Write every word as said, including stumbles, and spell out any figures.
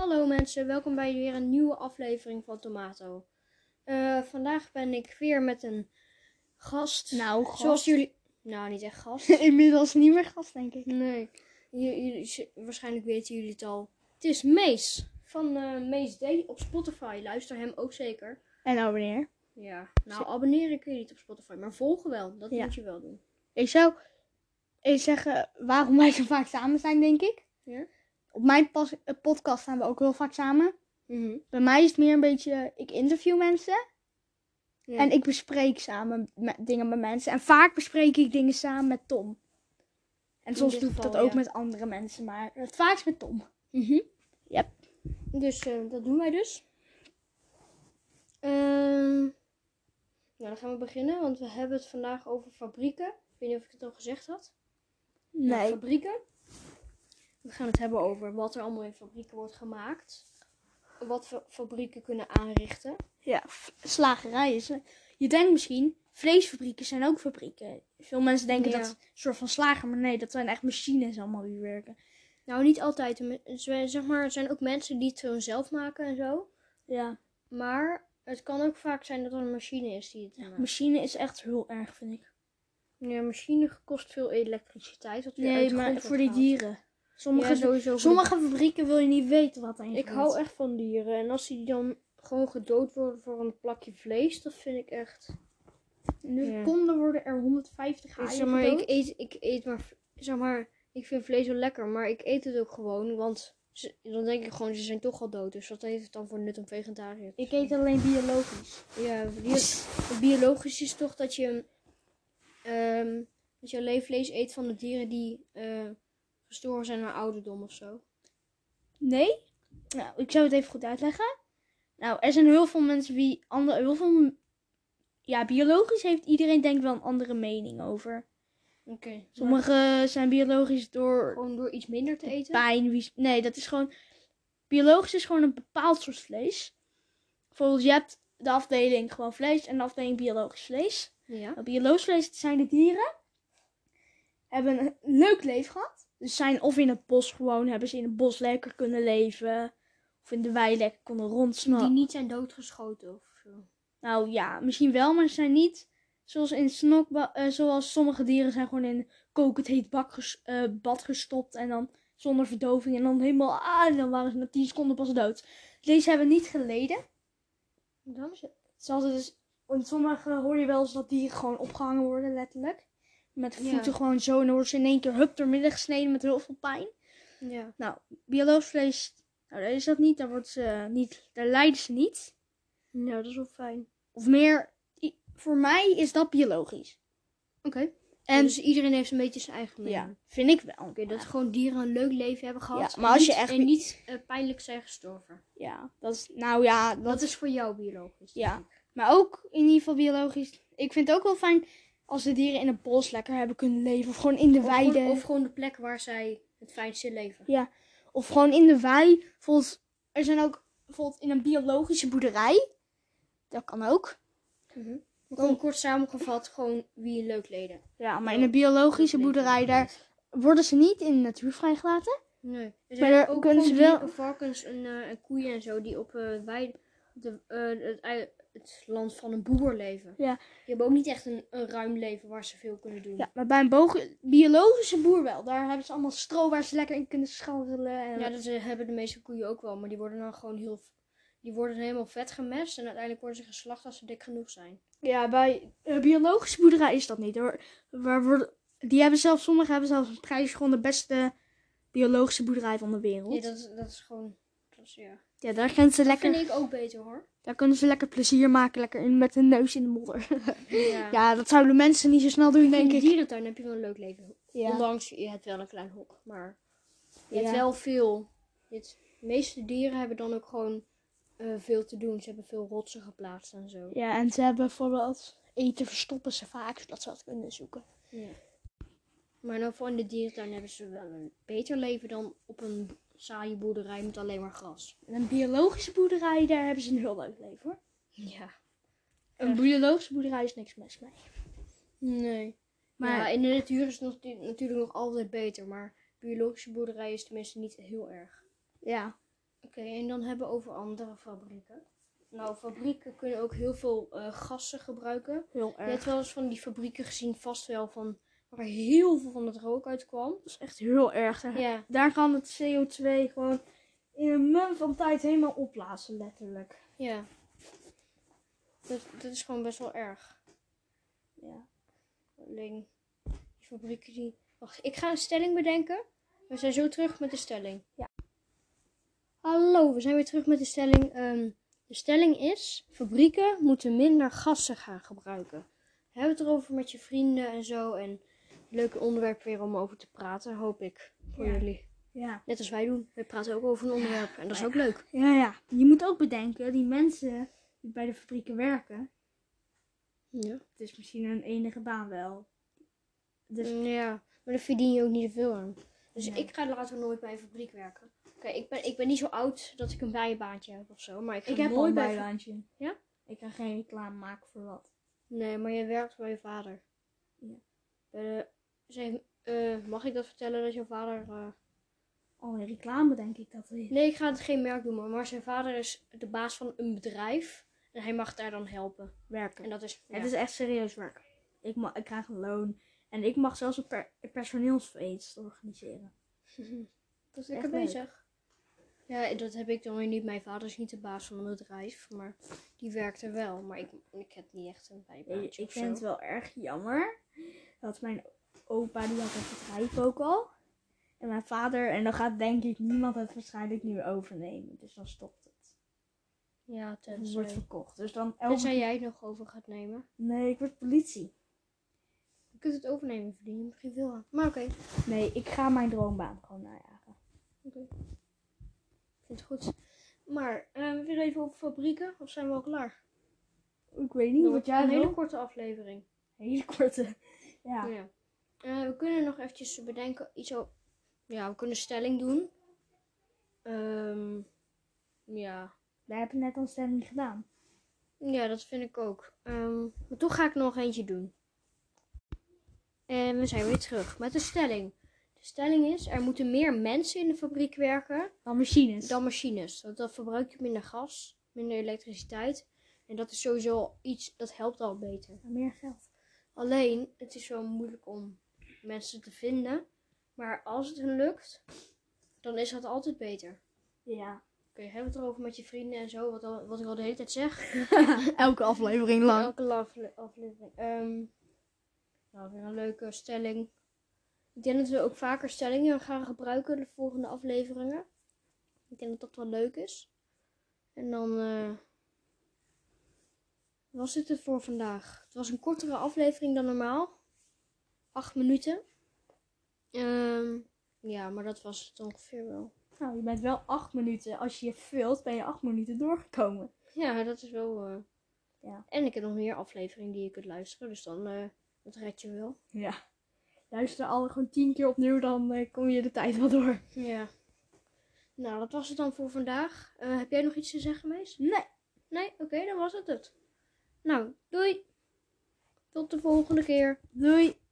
Hallo mensen, welkom bij weer een nieuwe aflevering van Tomato. Uh, vandaag ben ik weer met een gast. Nou, gast. Zoals jullie... Nou, niet echt gast. Inmiddels niet meer gast, denk ik. Nee. J- jullie, waarschijnlijk weten jullie het al. Het is Mees van uh, Mees D op Spotify. Luister hem ook zeker. En abonneer. Ja, nou abonneren kun je niet op Spotify, maar volgen wel. Dat ja. moet je wel doen. Ik zou eens zeggen waarom wij zo vaak samen zijn, denk ik. Ja? Op mijn pas- podcast staan we ook heel vaak samen. Mm-hmm. Bij mij is het meer een beetje, ik interview mensen. Ja. En ik bespreek samen met, dingen met mensen. En vaak bespreek ik dingen samen met Tom. En soms doe ik dat ook ja. met andere mensen, maar het vaakst met Tom. Mm-hmm. Yep. Dus uh, dat doen wij dus. Uh, nou, dan gaan we beginnen, want we hebben het vandaag over fabrieken. Ik weet niet of ik het al gezegd had. Nee. Nou, fabrieken. We gaan het hebben over wat er allemaal in fabrieken wordt gemaakt. Wat we fabrieken kunnen aanrichten. Ja, slagerijen. Je denkt misschien, vleesfabrieken zijn ook fabrieken. Veel mensen denken ja. dat het een soort van slager, maar nee, dat zijn echt machines allemaal die werken. Nou, niet altijd. Zeg maar, er zijn ook mensen die het gewoon zelf maken en zo. Ja. Maar het kan ook vaak zijn dat er een machine is die het maakt. Machine is echt heel erg, vind ik. Ja, machine kost veel elektriciteit. Wat nee, maar voor die dieren. Sommige, ja, sowieso sommige de... fabrieken wil je niet weten wat aan je Ik hou echt van dieren. En als die dan gewoon gedood worden voor een plakje vlees, dat vind ik echt... In de seconde ja. worden er honderdvijftig haaien zeg maar, gedood. ik eet, ik eet maar... Zeg maar, ik vind vlees wel lekker, maar ik eet het ook gewoon, want... Ze, dan denk ik gewoon, ze zijn toch al dood. Dus wat heeft het dan voor nut om vegetariër te Ik eet alleen biologisch. Ja, bio- biologisch is toch dat je... Um, dat je alleen vlees eet van de dieren die... Uh, gestorven zijn aan ouderdom of zo. Nee? Nou, ik zou het even goed uitleggen. Nou, er zijn heel veel mensen die andere, heel veel, ja, biologisch heeft iedereen denk ik wel een andere mening over. Oké. Okay, Sommigen maar... zijn biologisch door... Gewoon door iets minder te eten? Pijn. Nee, dat is gewoon... Biologisch is gewoon een bepaald soort vlees. Bijvoorbeeld, je hebt de afdeling gewoon vlees en de afdeling biologisch vlees. Ja. Nou, biologisch vlees zijn de dieren. Hebben een leuk leven gehad. Dus zijn of in het bos gewoon, hebben ze in het bos lekker kunnen leven. Of in de wei lekker konden rondsnappen. Die niet zijn doodgeschoten of zo. Nou ja, misschien wel, maar ze zijn niet zoals in snokba- uh, zoals sommige dieren zijn gewoon in kokend heet bak ges- uh, bad gestopt. En dan zonder verdoving en dan helemaal, ah, en dan waren ze na tien seconden pas dood. Deze hebben niet geleden. Dan is het. Zoals het is, in sommige hoor je wel eens dat dieren gewoon opgehangen worden, letterlijk. Met de voeten ja. gewoon zo en dan worden ze in één keer hup door midden gesneden met heel veel pijn. Ja. Nou, biologisch vlees, nou daar is dat niet, daar, wordt ze niet, daar lijden ze niet. Ja, dat is wel fijn. Of meer, voor mij is dat biologisch. Oké. Okay. En ja, dus iedereen heeft een beetje zijn eigen mening. Ja, vind ik wel. Oké, okay, dat gewoon dieren een leuk leven hebben gehad. Ja, maar als niet, je echt en niet uh, pijnlijk zijn gestorven. Ja, dat is, nou ja. Dat, dat is voor jou biologisch. Ja, maar ook in ieder geval biologisch. Ik vind het ook wel fijn als de dieren in het bos lekker hebben kunnen leven. Of gewoon in de of weide. Gewoon, of gewoon de plek waar zij het fijnste leven. Ja, of gewoon in de wei. Bijvoorbeeld, er zijn ook bijvoorbeeld in een biologische boerderij. Dat kan ook. Mm-hmm. Gewoon kort samengevat, gewoon wie je leuk leden. Ja, maar in een biologische boerderij, daar worden ze niet in de natuur vrijgelaten. Nee. Er zijn maar ook kunnen ze wel... varkens en, uh, en koeien en zo die op uh, weide, de, uh, het, het land van een boer leven. Ja. Die hebben ook niet echt een, een ruim leven waar ze veel kunnen doen. Ja, maar bij een bo- biologische boer wel. Daar hebben ze allemaal stro waar ze lekker in kunnen scharrelen. En... Ja, dat hebben de meeste koeien ook wel. Maar die worden dan gewoon heel... Die worden helemaal vet gemest. En uiteindelijk worden ze geslacht als ze dik genoeg zijn. Ja, bij een biologische boerderij is dat niet hoor. Waar worden... Die hebben zelfs, sommigen hebben zelfs een prijs gewoon de beste biologische boerderij van de wereld. Ja, dat is, dat is gewoon... Dat is, ja. Ja, daar kunnen ze dat lekker... vind ik ook beter hoor. Daar kunnen ze lekker plezier maken, lekker in, met hun neus in de modder. Ja. Ja, dat zouden mensen niet zo snel doen, denk ik. In de dierentuin heb je wel een leuk leven. Ja. Ondanks, je hebt wel een klein hok. Maar je ja. hebt wel veel... Het, de meeste dieren hebben dan ook gewoon uh, veel te doen. Ze hebben veel rotsen geplaatst en zo. Ja, en ze hebben bijvoorbeeld... Eten verstoppen ze vaak, zodat ze dat kunnen zoeken. Ja. Maar nou, voor in de dierentuin hebben ze wel een beter leven dan op een saaie boerderij met alleen maar gras. En een biologische boerderij, daar hebben ze een heel leuk leven hoor. Ja. Een echt. Biologische boerderij is niks mis mee. Nee. Maar ja, in de natuur is het nog, natuurlijk nog altijd beter. Maar biologische boerderij is tenminste niet heel erg. Ja. Oké, Oké, en dan hebben we over andere fabrieken. Nou, fabrieken kunnen ook heel veel uh, gassen gebruiken. Heel Je erg. hebt wel eens van die fabrieken gezien, vast wel, van, waar heel veel van het rook uitkwam. Dat is echt heel erg. Daar, Ja. daar kan het C O twee gewoon in een mum van tijd helemaal opblazen, letterlijk. Ja. Dat, dat is gewoon best wel erg. Ja. Alleen die fabrieken die... Wacht, ik ga een stelling bedenken. We zijn zo terug met de stelling. Ja. Hallo, we zijn weer terug met de stelling. Um, de stelling is, fabrieken moeten minder gassen gaan gebruiken. We hebben het erover met je vrienden en zo. En leuke onderwerp weer om over te praten, hoop ik, voor Ja. jullie. Ja. Net als wij doen. We praten ook over een onderwerp en dat is ook leuk. Ja, ja. Je moet ook bedenken, die mensen die bij de fabrieken werken, Ja. het is misschien hun enige baan wel. Dus Ja, maar daar verdien je ook niet zoveel aan. Dus Nee. ik ga later nooit bij een fabriek werken. Kijk, ik ben, ik ben niet zo oud dat ik een bijbaantje heb of zo. Maar ik, ga ik heb al nooit een bij... bijbaantje. Ja? Ik ga geen reclame maken voor wat. Nee, maar je werkt bij je vader. Ja. Bij de... Zeg, uh, mag ik dat vertellen dat jouw vader... Uh... Oh, in reclame denk ik dat weer. Nee, ik ga het geen merk noemen. Maar zijn vader is de baas van een bedrijf. En hij mag daar dan helpen. Werken. En dat is... Ja. Het is echt serieus werk. Ik, ma- ik krijg een loon. En ik mag zelfs een, per- een personeelsfeest organiseren. Dat is echt lekker leuk. bezig. Ja, dat heb ik dan weer niet. Mijn vader is niet de baas van een bedrijf. Maar die werkt er wel. Maar ik, ik heb niet echt een bijbaantje Ik of vind zo. het wel erg jammer. Dat mijn opa, die had een bedrijf ook al. En mijn vader. En dan gaat denk ik niemand het waarschijnlijk nu overnemen. Dus dan stopt het. Ja, Het wordt tenzij... verkocht. Dus dan elke Tenzij keer- jij het nog over gaat nemen. Nee, ik word politie. Je kunt het overnemen, verdien je misschien veel aan. Maar oké. Okay. Nee, ik ga mijn droombaan gewoon najagen. Oké. Okay. Ik vind het goed. Maar, uh, weer even over fabrieken. Of zijn we al klaar? Ik weet niet Dat wat wordt jij een wil. hele korte aflevering. Hele korte. Ja. Ja. Uh, we kunnen nog eventjes bedenken. Iets over... Ja, we kunnen stelling doen. Um, ja. Wij hebben net al stelling gedaan. Ja, dat vind ik ook. Um, maar toen ga ik nog eentje doen. En we zijn weer terug met de stelling. De stelling is, er moeten meer mensen in de fabriek werken Dan machines. dan machines. Want dan verbruik je minder gas, minder elektriciteit. En dat is sowieso iets, dat helpt al beter. Meer geld. Alleen, het is wel moeilijk om mensen te vinden. Maar als het hen lukt, dan is dat altijd beter. Ja. Oké, okay, hebben we het erover met je vrienden en zo, wat, al, wat ik al de hele tijd zeg. Elke aflevering lang. Elke afle- aflevering. Um, nou, weer een leuke stelling. Ik denk dat we ook vaker stellingen gaan gebruiken de volgende afleveringen. Ik denk dat dat wel leuk is. En dan uh, was dit het voor vandaag. Het was een kortere aflevering dan normaal. Acht minuten. Um, ja, maar dat was het ongeveer wel. Nou, je bent wel acht minuten. Als je je vult, ben je acht minuten doorgekomen. Ja, dat is wel... Uh... Ja. En ik heb nog meer afleveringen die je kunt luisteren. Dus dan uh, dat red je wel. Ja. Luister alle gewoon tien keer opnieuw, dan uh, kom je de tijd wel door. Ja. Nou, dat was het dan voor vandaag. Uh, heb jij nog iets te zeggen, Mees? Nee. Nee? Oké, okay, dan was het het. Nou, doei. Tot de volgende keer. Doei.